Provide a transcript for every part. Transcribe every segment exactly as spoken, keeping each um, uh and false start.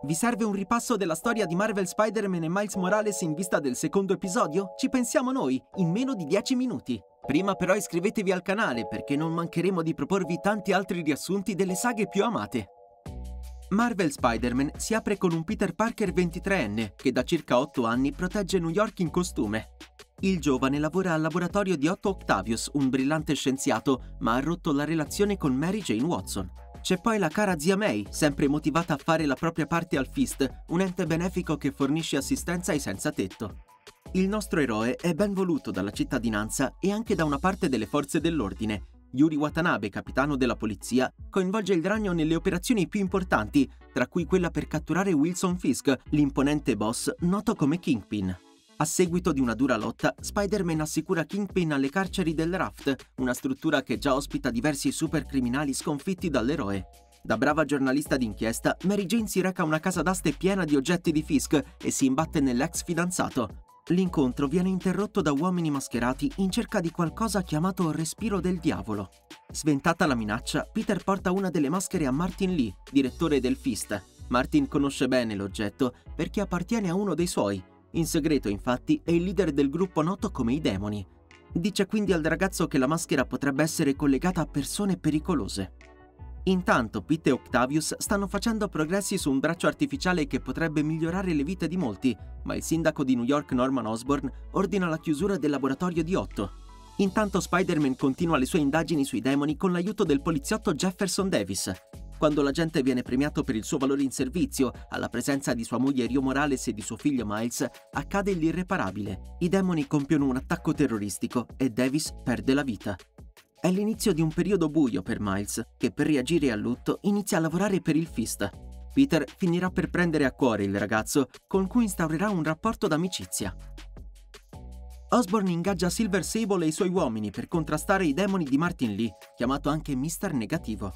Vi serve un ripasso della storia di Marvel Spider-Man e Miles Morales in vista del secondo episodio? Ci pensiamo noi, in meno di dieci minuti. Prima però iscrivetevi al canale perché non mancheremo di proporvi tanti altri riassunti delle saghe più amate. Marvel Spider-Man si apre con un Peter Parker ventitreenne che da circa otto anni protegge New York in costume. Il giovane lavora al laboratorio di Otto Octavius, un brillante scienziato, ma ha rotto la relazione con Mary Jane Watson. C'è poi la cara zia May, sempre motivata a fare la propria parte al Fist, un ente benefico che fornisce assistenza ai senza tetto. Il nostro eroe è ben voluto dalla cittadinanza e anche da una parte delle forze dell'ordine. Yuri Watanabe, capitano della polizia, coinvolge il ragno nelle operazioni più importanti, tra cui quella per catturare Wilson Fisk, l'imponente boss noto come Kingpin. A seguito di una dura lotta, Spider-Man assicura Kingpin alle carceri del Raft, una struttura che già ospita diversi supercriminali sconfitti dall'eroe. Da brava giornalista d'inchiesta, Mary Jane si reca a una casa d'aste piena di oggetti di Fisk e si imbatte nell'ex fidanzato. L'incontro viene interrotto da uomini mascherati in cerca di qualcosa chiamato respiro del diavolo. Sventata la minaccia, Peter porta una delle maschere a Martin Lee, direttore del Fist. Martin conosce bene l'oggetto perché appartiene a uno dei suoi. In segreto, infatti, è il leader del gruppo noto come i Demoni. Dice quindi al ragazzo che la maschera potrebbe essere collegata a persone pericolose. Intanto Pete e Octavius stanno facendo progressi su un braccio artificiale che potrebbe migliorare le vite di molti, ma il sindaco di New York Norman Osborn ordina la chiusura del laboratorio di Otto. Intanto Spider-Man continua le sue indagini sui demoni con l'aiuto del poliziotto Jefferson Davis. Quando l'agente viene premiato per il suo valore in servizio, alla presenza di sua moglie Rio Morales e di suo figlio Miles, accade l'irreparabile. I demoni compiono un attacco terroristico e Davis perde la vita. È l'inizio di un periodo buio per Miles, che per reagire al lutto inizia a lavorare per il Fist. Peter finirà per prendere a cuore il ragazzo, con cui instaurerà un rapporto d'amicizia. Osborn ingaggia Silver Sable e i suoi uomini per contrastare i demoni di Martin Lee, chiamato anche mister Negativo.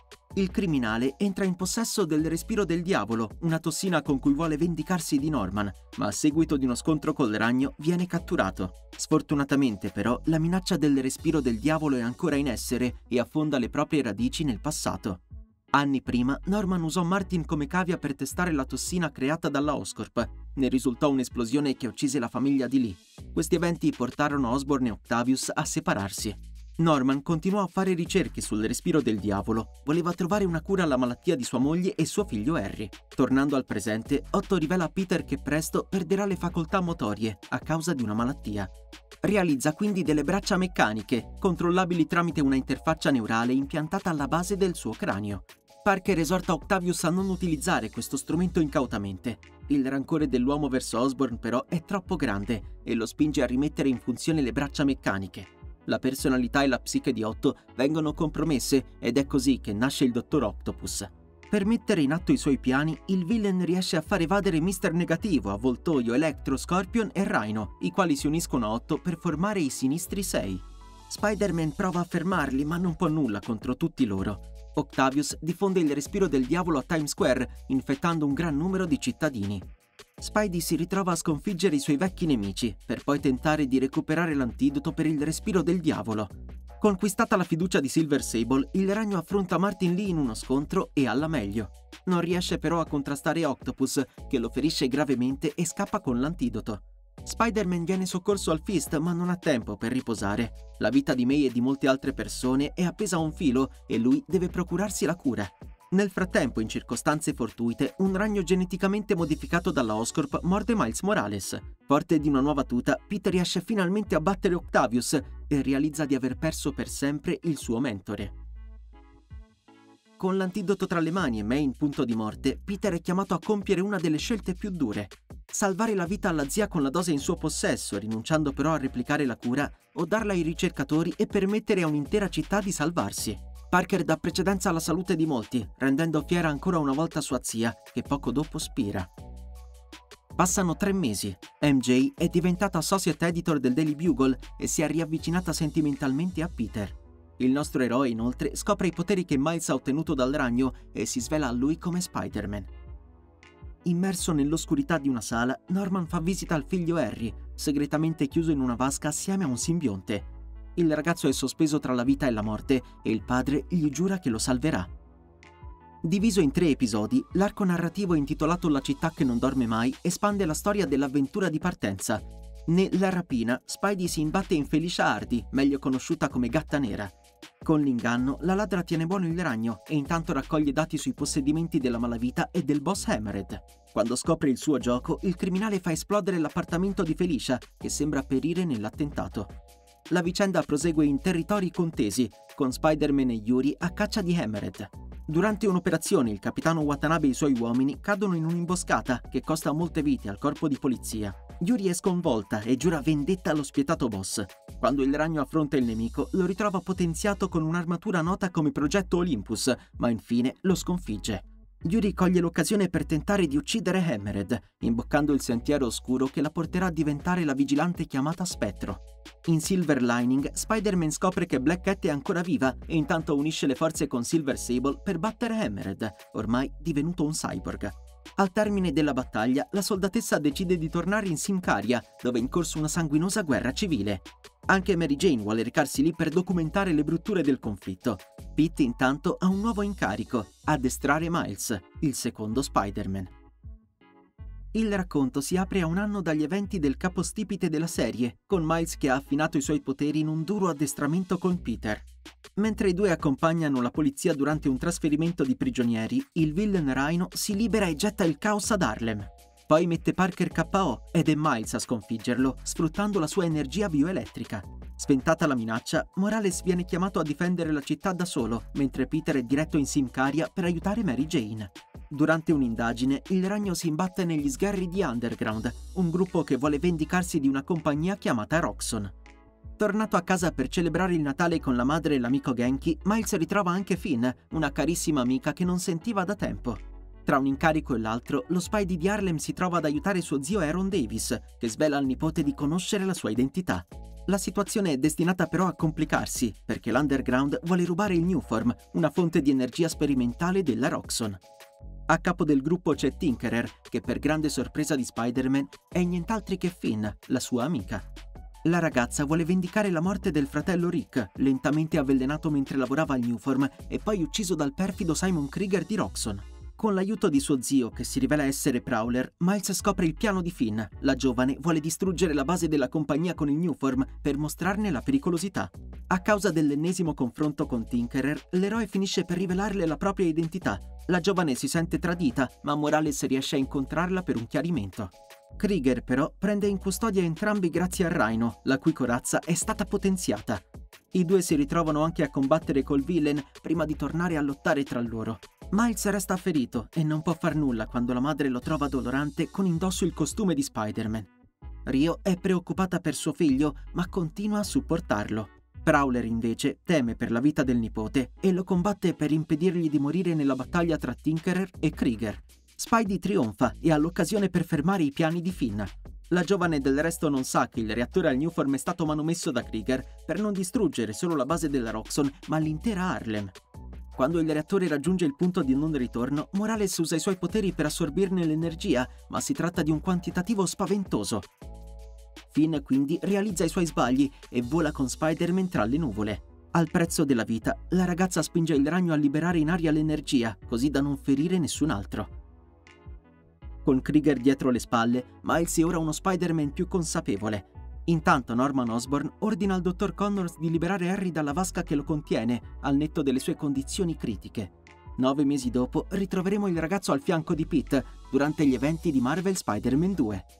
Il criminale entra in possesso del respiro del diavolo, una tossina con cui vuole vendicarsi di Norman, ma a seguito di uno scontro col ragno viene catturato. Sfortunatamente però la minaccia del respiro del diavolo è ancora in essere e affonda le proprie radici nel passato. Anni prima Norman usò Martin come cavia per testare la tossina creata dalla Oscorp. Ne risultò un'esplosione che uccise la famiglia di Lee. Questi eventi portarono Osborn e Octavius a separarsi. Norman continuò a fare ricerche sul respiro del diavolo, voleva trovare una cura alla malattia di sua moglie e suo figlio Harry. Tornando al presente, Otto rivela a Peter che presto perderà le facoltà motorie a causa di una malattia. Realizza quindi delle braccia meccaniche, controllabili tramite una interfaccia neurale impiantata alla base del suo cranio. Parker esorta Octavius a non utilizzare questo strumento incautamente. Il rancore dell'uomo verso Osborn però è troppo grande e lo spinge a rimettere in funzione le braccia meccaniche. La personalità e la psiche di Otto vengono compromesse ed è così che nasce il dottor Octopus. Per mettere in atto i suoi piani, il villain riesce a far evadere mister Negativo, Avvoltoio, Electro, Scorpion e Rhino, i quali si uniscono a Otto per formare i Sinistri sei. Spider-Man prova a fermarli, ma non può nulla contro tutti loro. Octavius diffonde il respiro del diavolo a Times Square, infettando un gran numero di cittadini. Spidey si ritrova a sconfiggere i suoi vecchi nemici, per poi tentare di recuperare l'antidoto per il respiro del diavolo. Conquistata la fiducia di Silver Sable, il ragno affronta Martin Lee in uno scontro e alla meglio. Non riesce però a contrastare Octopus, che lo ferisce gravemente e scappa con l'antidoto. Spider-Man viene soccorso al Fist, ma non ha tempo per riposare. La vita di May e di molte altre persone è appesa a un filo e lui deve procurarsi la cura. Nel frattempo, in circostanze fortuite, un ragno geneticamente modificato dalla Oscorp morde Miles Morales. Forte di una nuova tuta, Peter riesce finalmente a battere Octavius e realizza di aver perso per sempre il suo mentore. Con l'antidoto tra le mani e May in punto di morte, Peter è chiamato a compiere una delle scelte più dure. Salvare la vita alla zia con la dose in suo possesso, rinunciando però a replicare la cura, o darla ai ricercatori e permettere a un'intera città di salvarsi. Parker dà precedenza alla salute di molti, rendendo fiera ancora una volta sua zia, che poco dopo spira. Passano tre mesi. M J è diventata associate editor del Daily Bugle e si è riavvicinata sentimentalmente a Peter. Il nostro eroe, inoltre, scopre i poteri che Miles ha ottenuto dal ragno e si svela a lui come Spider-Man. Immerso nell'oscurità di una sala, Norman fa visita al figlio Harry, segretamente chiuso in una vasca assieme a un simbionte. Il ragazzo è sospeso tra la vita e la morte e il padre gli giura che lo salverà. Diviso in tre episodi, l'arco narrativo intitolato La città che non dorme mai espande la storia dell'avventura di partenza. Nella rapina, Spidey si imbatte in Felicia Hardy, meglio conosciuta come Gatta Nera. Con l'inganno, la ladra tiene buono il ragno e intanto raccoglie dati sui possedimenti della malavita e del boss Hammerhead. Quando scopre il suo gioco, il criminale fa esplodere l'appartamento di Felicia, che sembra perire nell'attentato. La vicenda prosegue in territori contesi, con Spider-Man e Yuri a caccia di Hammerhead. Durante un'operazione, il capitano Watanabe e i suoi uomini cadono in un'imboscata che costa molte vite al corpo di polizia. Yuri è sconvolta e giura vendetta allo spietato boss. Quando il ragno affronta il nemico, lo ritrova potenziato con un'armatura nota come Progetto Olympus, ma infine lo sconfigge. Yuri coglie l'occasione per tentare di uccidere Hammerhead, imboccando il sentiero oscuro che la porterà a diventare la vigilante chiamata Spettro. In Silver Lining, Spider-Man scopre che Black Cat è ancora viva e intanto unisce le forze con Silver Sable per battere Hammerhead, ormai divenuto un cyborg. Al termine della battaglia, la soldatessa decide di tornare in Symkaria, dove è in corso una sanguinosa guerra civile. Anche Mary Jane vuole recarsi lì per documentare le brutture del conflitto. Pete intanto ha un nuovo incarico: addestrare Miles, il secondo Spider-Man. Il racconto si apre a un anno dagli eventi del capostipite della serie, con Miles che ha affinato i suoi poteri in un duro addestramento con Peter. Mentre i due accompagnano la polizia durante un trasferimento di prigionieri, il villain Rhino si libera e getta il caos ad Harlem. Poi mette Parker K O ed è Miles a sconfiggerlo, sfruttando la sua energia bioelettrica. Sventata la minaccia, Morales viene chiamato a difendere la città da solo, mentre Peter è diretto in Symkaria per aiutare Mary Jane. Durante un'indagine, il ragno si imbatte negli sgherri di Underground, un gruppo che vuole vendicarsi di una compagnia chiamata Roxxon. Tornato a casa per celebrare il Natale con la madre e l'amico Genki, Miles ritrova anche Finn, una carissima amica che non sentiva da tempo. Tra un incarico e l'altro, lo Spidey di Harlem si trova ad aiutare suo zio Aaron Davis, che svela al nipote di conoscere la sua identità. La situazione è destinata però a complicarsi, perché l'Underground vuole rubare il Newform, una fonte di energia sperimentale della Roxxon. A capo del gruppo c'è Tinkerer, che per grande sorpresa di Spider-Man è nient'altro che Finn, la sua amica. La ragazza vuole vendicare la morte del fratello Rick, lentamente avvelenato mentre lavorava al Newform e poi ucciso dal perfido Simon Krieger di Roxxon. Con l'aiuto di suo zio, che si rivela essere Prowler, Miles scopre il piano di Finn. La giovane vuole distruggere la base della compagnia con il Newform per mostrarne la pericolosità. A causa dell'ennesimo confronto con Tinkerer, l'eroe finisce per rivelarle la propria identità. La giovane si sente tradita, ma Morales riesce a incontrarla per un chiarimento. Krieger, però, prende in custodia entrambi grazie a Rhino, la cui corazza è stata potenziata. I due si ritrovano anche a combattere col villain prima di tornare a lottare tra loro. Miles resta ferito e non può far nulla quando la madre lo trova dolorante con indosso il costume di Spider-Man. Rio è preoccupata per suo figlio, ma continua a supportarlo. Prowler invece teme per la vita del nipote e lo combatte per impedirgli di morire nella battaglia tra Tinkerer e Krieger. Spidey trionfa e ha l'occasione per fermare i piani di Finn. La giovane del resto non sa che il reattore al Newform è stato manomesso da Krieger per non distruggere solo la base della Roxxon, ma l'intera Harlem. Quando il reattore raggiunge il punto di non ritorno, Morales usa i suoi poteri per assorbirne l'energia, ma si tratta di un quantitativo spaventoso. Finn quindi realizza i suoi sbagli e vola con Spider-Man tra le nuvole. Al prezzo della vita, la ragazza spinge il ragno a liberare in aria l'energia, così da non ferire nessun altro. Con Krieger dietro le spalle, Miles è ora uno Spider-Man più consapevole. Intanto Norman Osborn ordina al dottor Connors di liberare Harry dalla vasca che lo contiene, al netto delle sue condizioni critiche. Nove mesi dopo ritroveremo il ragazzo al fianco di Pete durante gli eventi di Marvel Spider-Man due.